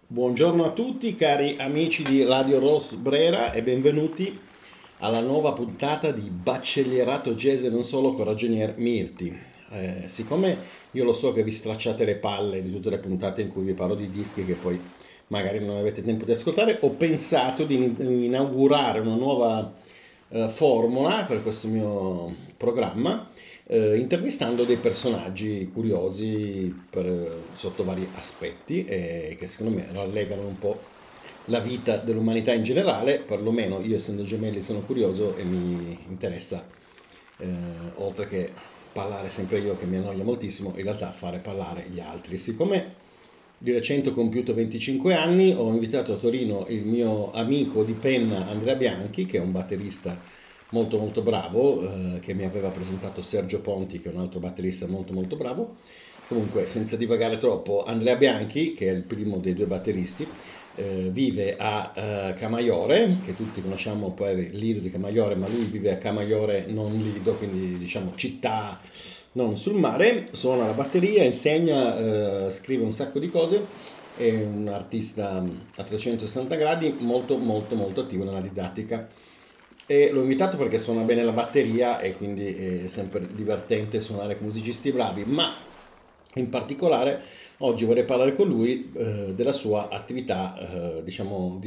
Buongiorno a tutti cari amici di Radio Ross Brera e benvenuti alla nuova puntata di Baccellierato Jazz e non solo con Ragionier Mirti. Siccome io lo so che vi stracciate le palle di tutte le puntate in cui vi parlo di dischi che poi magari non avete tempo di ascoltare, ho pensato di inaugurare una nuova formula per questo mio programma, intervistando dei personaggi curiosi sotto vari aspetti che secondo me rallegano un po' la vita dell'umanità in generale. Perlomeno io, essendo gemelli, sono curioso e mi interessa, oltre che parlare sempre io che mi annoia moltissimo, in realtà fare parlare gli altri. Siccome di recente ho compiuto 25 anni, ho invitato a Torino il mio amico di penna Andrea Bianchi, che è un batterista molto molto bravo, che mi aveva presentato Sergio Ponti, che è un altro batterista molto molto bravo. Comunque, senza divagare troppo, Andrea Bianchi, che è il primo dei due batteristi, vive a Camaiore, che tutti conosciamo per il Lido di Camaiore, ma lui vive a Camaiore, non Lido, quindi diciamo città non sul mare. Suona la batteria, insegna, scrive un sacco di cose, è un artista a 360 gradi, molto molto molto attivo nella didattica. E l'ho invitato perché suona bene la batteria e quindi è sempre divertente suonare con musicisti bravi, ma in particolare oggi vorrei parlare con lui della sua attività, diciamo,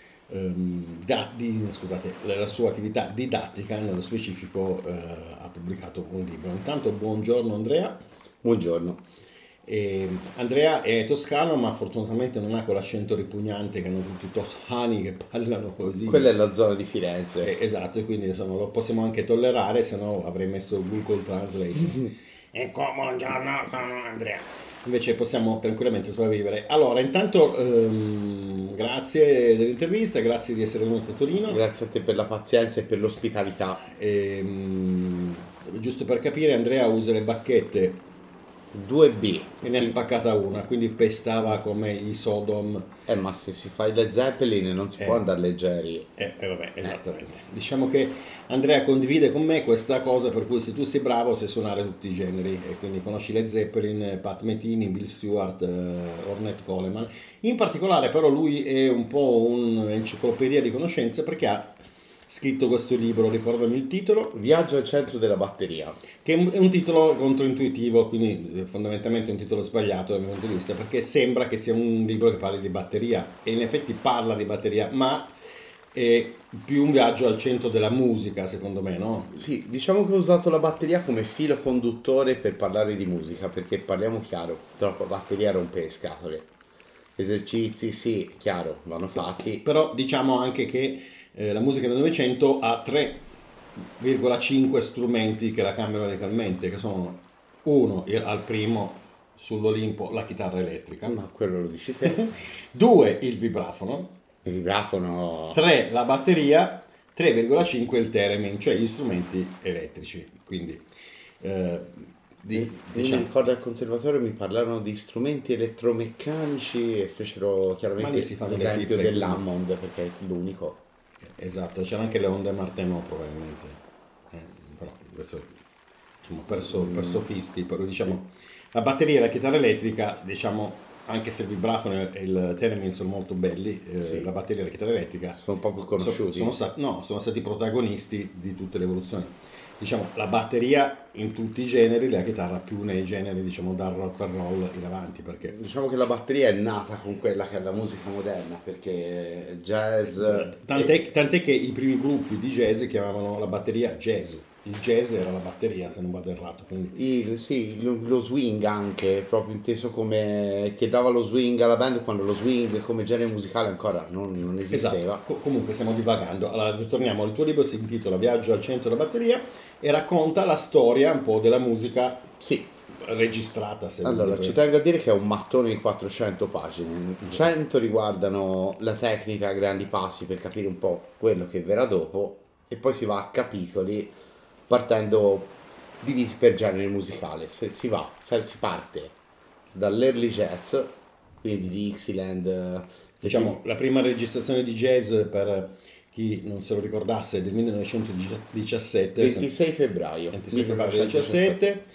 scusate, della sua attività didattica. Nello specifico ha pubblicato un libro. Intanto buongiorno Andrea. Buongiorno. Andrea è toscano, ma fortunatamente non ha quell'accento ripugnante che hanno tutti i toscani che parlano così. Quella è la zona di Firenze. Esatto, e quindi insomma, lo possiamo anche tollerare, se no avrei messo Google Translate. Ecco, buongiorno, sono Andrea. Invece possiamo tranquillamente sopravvivere. Allora, intanto grazie dell'intervista, grazie di essere venuto a Torino. Grazie a te per la pazienza e per l'ospitalità. Giusto per capire, Andrea usa le bacchette 2B. e ne ha spaccata una, quindi pestava come i Sodom. Ma se si fa i Led Zeppelin non si può andare leggeri. Vabbè, esattamente. Diciamo che Andrea condivide con me questa cosa, per cui se tu sei bravo sai suonare tutti i generi, e quindi conosci Led Zeppelin, Pat Metheny, Bill Stewart, Ornette Coleman. In particolare però lui è un po' un'enciclopedia di conoscenze, perché ha scritto questo libro, ricordami il titolo. Viaggio al centro della batteria. Che è un titolo controintuitivo, quindi fondamentalmente è un titolo sbagliato dal mio punto di vista, perché sembra che sia un libro che parli di batteria, e in effetti parla di batteria, ma è più un viaggio al centro della musica, secondo me, no? Sì, diciamo che ho usato la batteria come filo conduttore per parlare di musica, perché parliamo chiaro, troppa batteria rompe le scatole. Esercizi, sì, chiaro, vanno fatti. Però diciamo anche che la musica del Novecento ha 3,5 strumenti che la cambiano radicalmente, che sono: uno, al primo sull'Olimpo, la chitarra elettrica; Ma quello lo dici te. 2, il vibrafono; Il vibrafono. 3, la batteria; 3,5 il theremin, cioè gli strumenti elettrici. Quindi Mi diciamo, ricordo al conservatorio mi parlarono di strumenti elettromeccanici e fecero Ma chiaramente lì si fanno le l'esempio pippe, dell'Hammond perché è l'unico. esatto, c'era anche le onde Martenot probabilmente. Però questo, diciamo, per sofisti, però diciamo la batteria e la chitarra elettrica, diciamo, anche se il vibrafono e il theremin sono molto belli, Sì. la batteria e la chitarra elettrica Sono poco conosciuti. sono stati protagonisti di tutte le evoluzioni. Diciamo, la batteria in tutti i generi, la chitarra più nei generi, diciamo, dal rock and roll in avanti, perché Diciamo che la batteria è nata con quella che è la musica moderna, perché jazz... tant'è che i primi gruppi di jazz chiamavano la batteria jazz. Il jazz era la batteria, se non vado errato, quindi Sì, lo swing anche, proprio inteso come che dava lo swing alla band, quando lo swing come genere musicale ancora non esisteva. esatto. Comunque stiamo divagando. Allora, ritorniamo. Il tuo libro si intitola Viaggio al centro della batteria e racconta la storia un po' della musica Sì. registrata. Se Allora, volete. ci tengo a dire che è un mattone di 400 pagine. 100 riguardano la tecnica a grandi passi per capire un po' quello che verrà dopo, e poi si va a capitoli partendo divisi per genere musicale. Si parte dall'early jazz, quindi di Dixieland, Diciamo, la prima registrazione di jazz, per chi non se lo ricordasse, è del 1917. 26 febbraio 26 febbraio 17.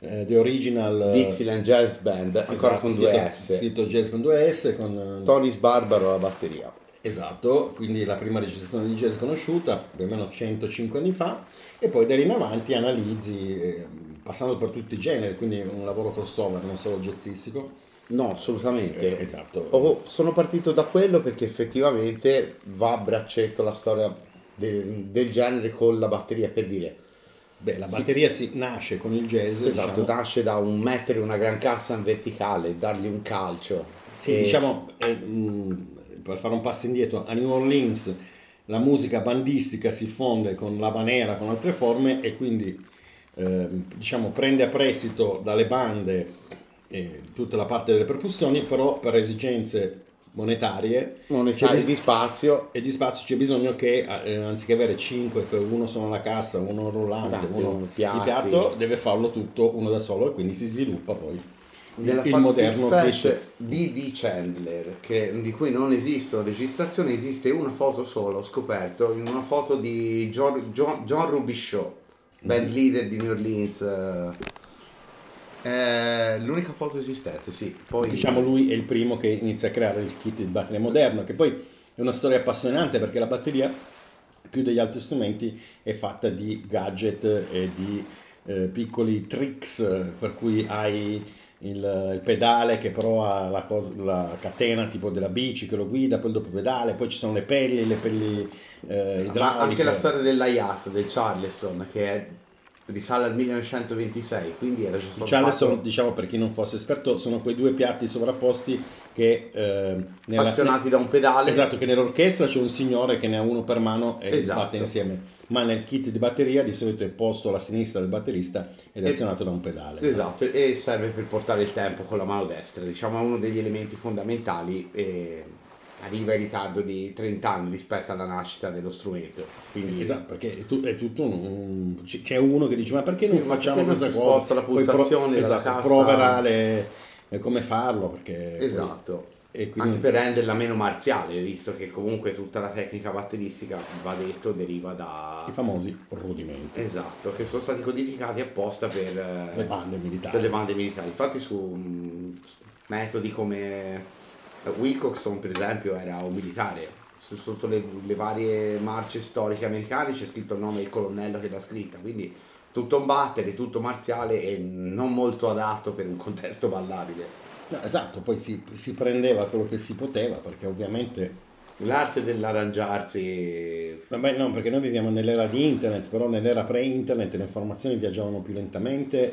The Original Dixieland Jazz Band, ancora con due S. Scritto jazz con due S, con Tony Sbarbaro alla batteria. esatto, quindi la prima registrazione di jazz conosciuta più o meno 105 anni fa, e poi da lì in avanti analizzi, passando per tutti i generi, quindi un lavoro crossover, non solo jazzistico. No, assolutamente. Esatto. Sono partito da quello perché effettivamente va a braccetto la storia del genere con la batteria, per dire. Beh, la batteria si nasce con il jazz, Esatto, diciamo. nasce da un mettere una gran cassa in verticale, dargli un calcio. Sì, diciamo, per fare un passo indietro, a New Orleans la musica bandistica si fonde con l'habanera, con altre forme, e quindi diciamo prende a prestito dalle bande tutta la parte delle percussioni, però per esigenze monetarie di spazio. e di spazio c'è bisogno che anziché avere 5, che uno suona la cassa, uno rullante, uno il piatto, deve farlo tutto uno da solo, e quindi si sviluppa poi il moderno kit. D.D. Chandler, di cui non esistono registrazioni, esiste una foto sola, ho scoperto, in una foto di John Robichaud, band leader di New Orleans. L'unica foto esistente, sì. Poi Diciamo lui è il primo che inizia a creare il kit di batteria moderno, che poi è una storia appassionante, perché la batteria, più degli altri strumenti, è fatta di gadget e di piccoli tricks, per cui hai il pedale che però ha la catena tipo della bici che lo guida, poi il doppio pedale, poi ci sono le pelli idrauliche. Ma anche la storia dell'Hayat, del Charleston, risale al 1926, quindi era già stato Charleston, diciamo, per chi non fosse esperto, sono quei due piatti sovrapposti che azionati da un pedale. Esatto, che nell'orchestra c'è un signore che ne ha uno per mano e li Esatto. batte insieme, ma nel kit di batteria di solito è posto alla sinistra del batterista ed è azionato da un pedale. Esatto, e serve per portare il tempo con la mano destra, diciamo è uno degli elementi fondamentali, e arriva in ritardo di 30 anni rispetto alla nascita dello strumento. Quindi Esatto, perché è tutto c'è uno che dice ma perché non facciamo questa cosa? Sposta la pulsazione della cassa. Provera come farlo, perché esatto. E quindi anche per renderla meno marziale, visto che comunque tutta la tecnica batteristica, va detto, deriva da i famosi rudimenti. Esatto, che sono stati codificati apposta per le bande militari. Per le bande militari. Infatti su metodi come Wilcoxon, per esempio, era un militare. Sotto le varie marce storiche americane c'è scritto il nome del colonnello che l'ha scritta, quindi tutto un battere, tutto marziale e non molto adatto per un contesto ballabile. No, esatto, poi si prendeva quello che si poteva, perché ovviamente l'arte dell'arrangiarsi. Vabbè, no, perché noi viviamo nell'era di internet, però nell'era pre-internet le informazioni viaggiavano più lentamente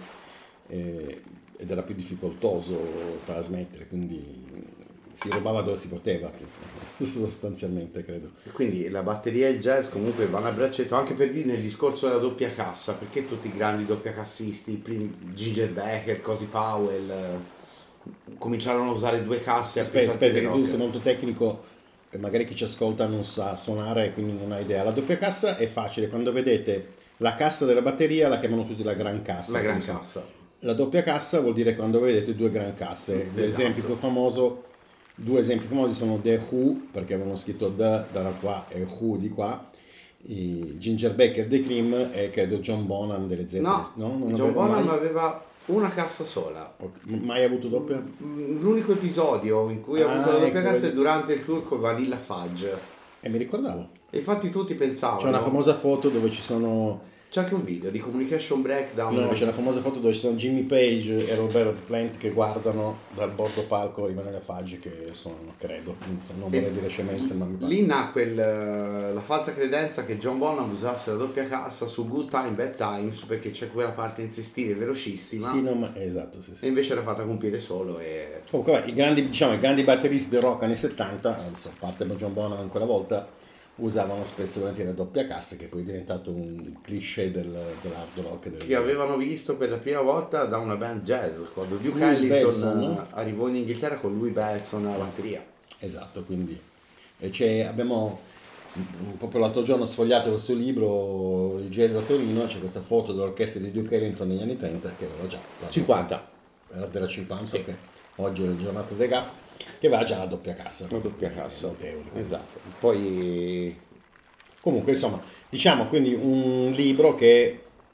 ed era più difficoltoso trasmettere, quindi si rubava dove si poteva, sostanzialmente, credo. Quindi la batteria e il jazz comunque vanno a braccetto, anche per dire nel discorso della doppia cassa, perché tutti i grandi doppia cassisti, i primi Ginger Baker, Cozy Powell, cominciarono a usare due casse. Aspetta, che tu sei molto tecnico, magari chi ci ascolta non sa suonare, quindi non ha idea. La doppia cassa è facile, quando vedete la cassa della batteria la chiamano tutti la gran cassa. La gran cassa. La doppia cassa vuol dire quando vedete due gran casse. Esatto. Due esempi famosi sono The Who, perché avevano scritto The da qua e Who di qua, i Ginger Baker dei Cream e credo John Bonham delle Z. No, John Bonham aveva una cassa sola. Mai avuto doppia? L'unico episodio in cui ha avuto la doppia cassa è durante il tour con Vanilla Fudge. E mi ricordavo. E infatti tutti pensavano. C'è una famosa foto dove ci sono... C'è anche un video di Communication Breakdown. No, c'è una famosa foto dove ci sono Jimmy Page e Robert Plant che guardano dal bordo palco i Vanilla Fudge che sono, credo, non vorrei dire scemenze, ma mi pare. Lì nacque la falsa credenza che John Bonham usasse la doppia cassa su Good Time, Bad Times, perché c'è quella parte insistita e velocissima. Sì, no, ma esatto, sì. E invece era fatta con un piede solo. Comunque, i grandi batteristi del rock anni 70, adesso a parte John Bonham ancora una volta, usavano spesso volentieri la doppia cassa, che poi è diventato un cliché dell'hard rock. Che avevano visto per la prima volta da una band jazz, quando Duke Ellington arrivò in Inghilterra con Louis Bellson alla batteria. Esatto, quindi abbiamo proprio l'altro giorno sfogliato questo libro, il jazz a Torino, c'è questa foto dell'orchestra di Duke Ellington negli anni 30, che aveva già... 50. Era della 50, sì. Okay. Oggi è la giornata dei gaff, che aveva già la doppia cassa. La doppia cassa, esatto. Poi comunque insomma, diciamo quindi un libro che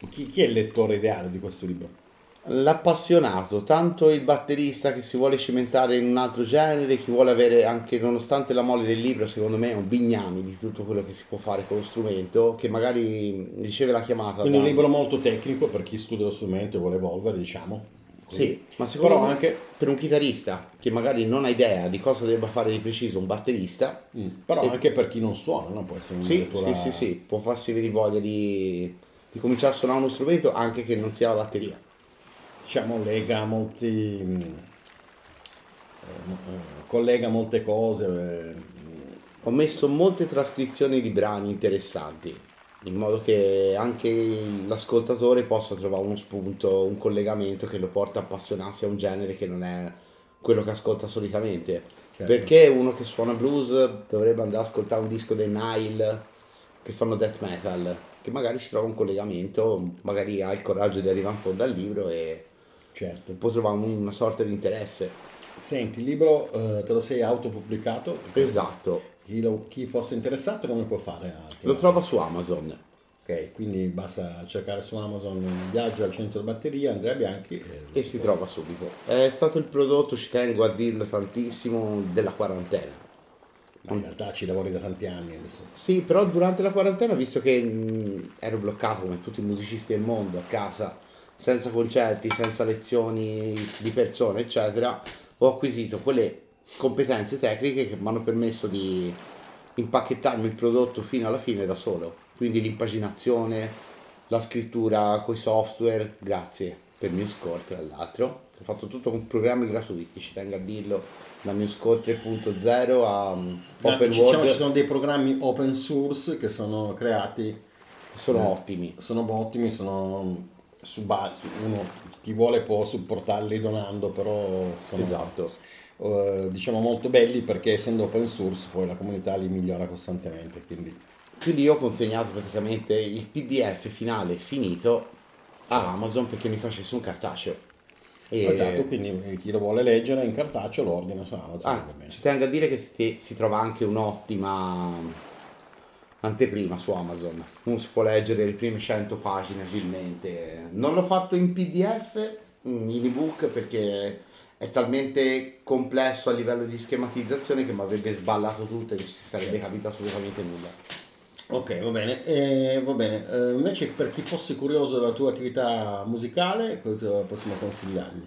Chi è il lettore ideale di questo libro? L'appassionato, tanto il batterista che si vuole cimentare in un altro genere, chi vuole avere anche, nonostante la mole del libro, secondo me è un bignami di tutto quello che si può fare con lo strumento, che magari riceve la chiamata Quindi un da... libro molto tecnico per chi studia lo strumento e vuole evolvere, diciamo. Così. Sì, ma secondo Però me anche, per un chitarrista che magari non ha idea di cosa debba fare di preciso un batterista, però e- anche per chi non suona, no? Può essere una sì, lettura... sì, può farsi venire voglia di cominciare a suonare uno strumento anche che non sia la batteria. diciamo, collega molte cose. Ho messo molte trascrizioni di brani interessanti, in modo che anche l'ascoltatore possa trovare uno spunto, un collegamento che lo porta a appassionarsi a un genere che non è quello che ascolta solitamente. Certo. Perché uno che suona blues dovrebbe andare ad ascoltare un disco dei Nile che fanno death metal, che magari ci trova un collegamento, magari ha il coraggio di arrivare in fondo al libro e Certo. può trovare una sorta di interesse. Senti, il libro te lo sei autopubblicato? Esatto, Chi fosse interessato come può fare a lo trovarlo? trova su Amazon. Ok, quindi basta cercare su Amazon Viaggio al centro batteria, Andrea Bianchi E si trova subito. È stato il prodotto, ci tengo a dirlo tantissimo, della quarantena. ma in realtà ci lavori da tanti anni adesso. Sì, però durante la quarantena, visto che ero bloccato come tutti i musicisti del mondo a casa, senza concerti, senza lezioni di persone, eccetera, ho acquisito quelle competenze tecniche che mi hanno permesso di impacchettarmi il prodotto fino alla fine da solo. Quindi l'impaginazione, la scrittura coi software, grazie per MuseScore tra l'altro. Ho fatto tutto con programmi gratuiti, ci tengo a dirlo, da MuseScore 3.0 a Open Diciamo ci World, sono dei programmi open source che sono creati, sono ottimi. sono ottimi, sono uno chi vuole può supportarli donando, però sono Esatto. diciamo molto belli perché essendo open source poi la comunità li migliora costantemente, quindi Quindi io ho consegnato praticamente il PDF finale finito a Amazon perché mi facesse un cartaceo. esatto, E quindi chi lo vuole leggere in cartaceo lo ordina su Amazon, va bene. ci tengo a dire che si trova anche un'ottima anteprima su Amazon. Uno si può leggere le prime 100 pagine agilmente. Non l'ho fatto in PDF, in ebook, perché è talmente complesso a livello di schematizzazione che mi avrebbe sballato tutto e non ci sarebbe capito assolutamente nulla. Ok, va bene. Va bene. Invece per chi fosse curioso della tua attività musicale, cosa possiamo consigliargli?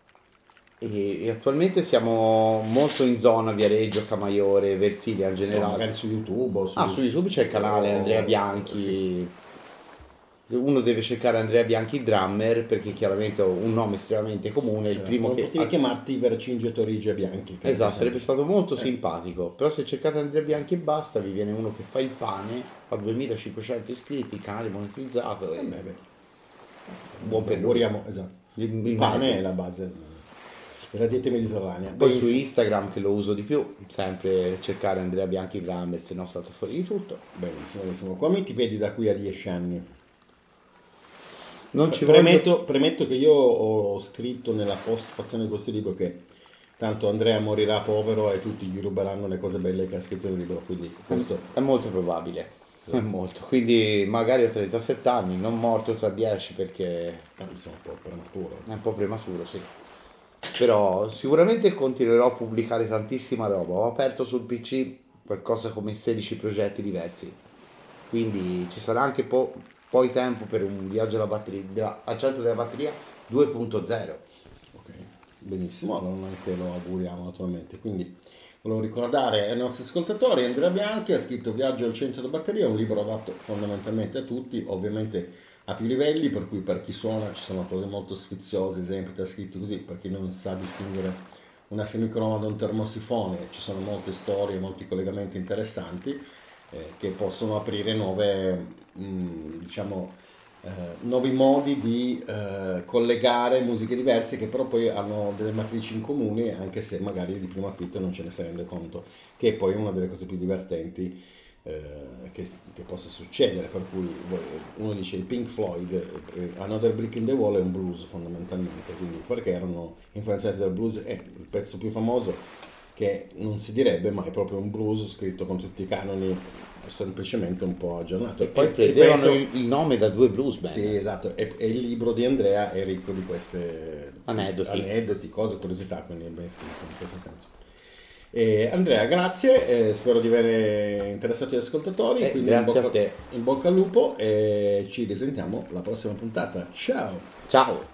E attualmente siamo molto in zona Viareggio, Camaiore, Versilia in No, generale. magari su YouTube o Su YouTube c'è il canale Andrea Bianchi. Sì. Uno deve cercare Andrea Bianchi drummer perché chiaramente ho un nome estremamente comune, il primo che... Potevi chiamarti Vercingetorige Bianchi. Che Esatto, mi sarebbe sembra. stato molto simpatico. Però se cercate Andrea Bianchi e basta, vi viene uno che fa il pane, ha 2500 iscritti, il canale monetizzato e Beh, buon per lui. lavoriamo, esatto. Il pane meglio. è la base della dieta mediterranea. Poi su Benissimo. Instagram che lo uso di più, sempre cercare Andrea Bianchi drummer, se no salta fuori di tutto. Benissimo, benissimo. Come ti vedi da qui a 10 anni? Non ci voglio... Premetto che io ho scritto nella postfazione di questo libro che tanto Andrea morirà povero e tutti gli ruberanno le cose belle che ha scritto nel libro, quindi questo È molto probabile, è molto. Quindi magari ho 37 anni, non morto tra 10 perché insomma, un po' prematuro. è un po' prematuro, sì. Però sicuramente continuerò a pubblicare tantissima roba. Ho aperto sul PC qualcosa come 16 progetti diversi. Quindi ci sarà anche poi tempo per un viaggio alla batteria, al centro della batteria 2.0. Ok, benissimo, allora noi te lo auguriamo naturalmente. Quindi volevo ricordare ai nostri ascoltatori, Andrea Bianchi ha scritto Viaggio al centro della batteria, un libro adatto fondamentalmente a tutti, ovviamente a più livelli, per cui per chi suona ci sono cose molto sfiziose, esempi da scritti così, per chi non sa distinguere una semicroma da un termosifone, ci sono molte storie, molti collegamenti interessanti che possono aprire diciamo, nuovi modi di collegare musiche diverse che però poi hanno delle matrici in comune, anche se magari di primo acchito non ce ne si rende conto, che è poi una delle cose più divertenti che possa succedere, per cui uno dice i Pink Floyd, Another Brick in the Wall è un blues fondamentalmente, quindi perché erano influenzati dal blues, il pezzo più famoso che che non si direbbe, ma è proprio un blues scritto con tutti i canoni, semplicemente un po' aggiornato. E poi ci prendevano penso- il nome da due blues band. Sì, esatto, e il libro di Andrea è ricco di queste Aneddoti. cose, curiosità, quindi è ben scritto in questo senso. Andrea, grazie, spero di aver interessato gli ascoltatori, quindi grazie a te. in bocca al lupo e ci risentiamo la prossima puntata. Ciao! Ciao!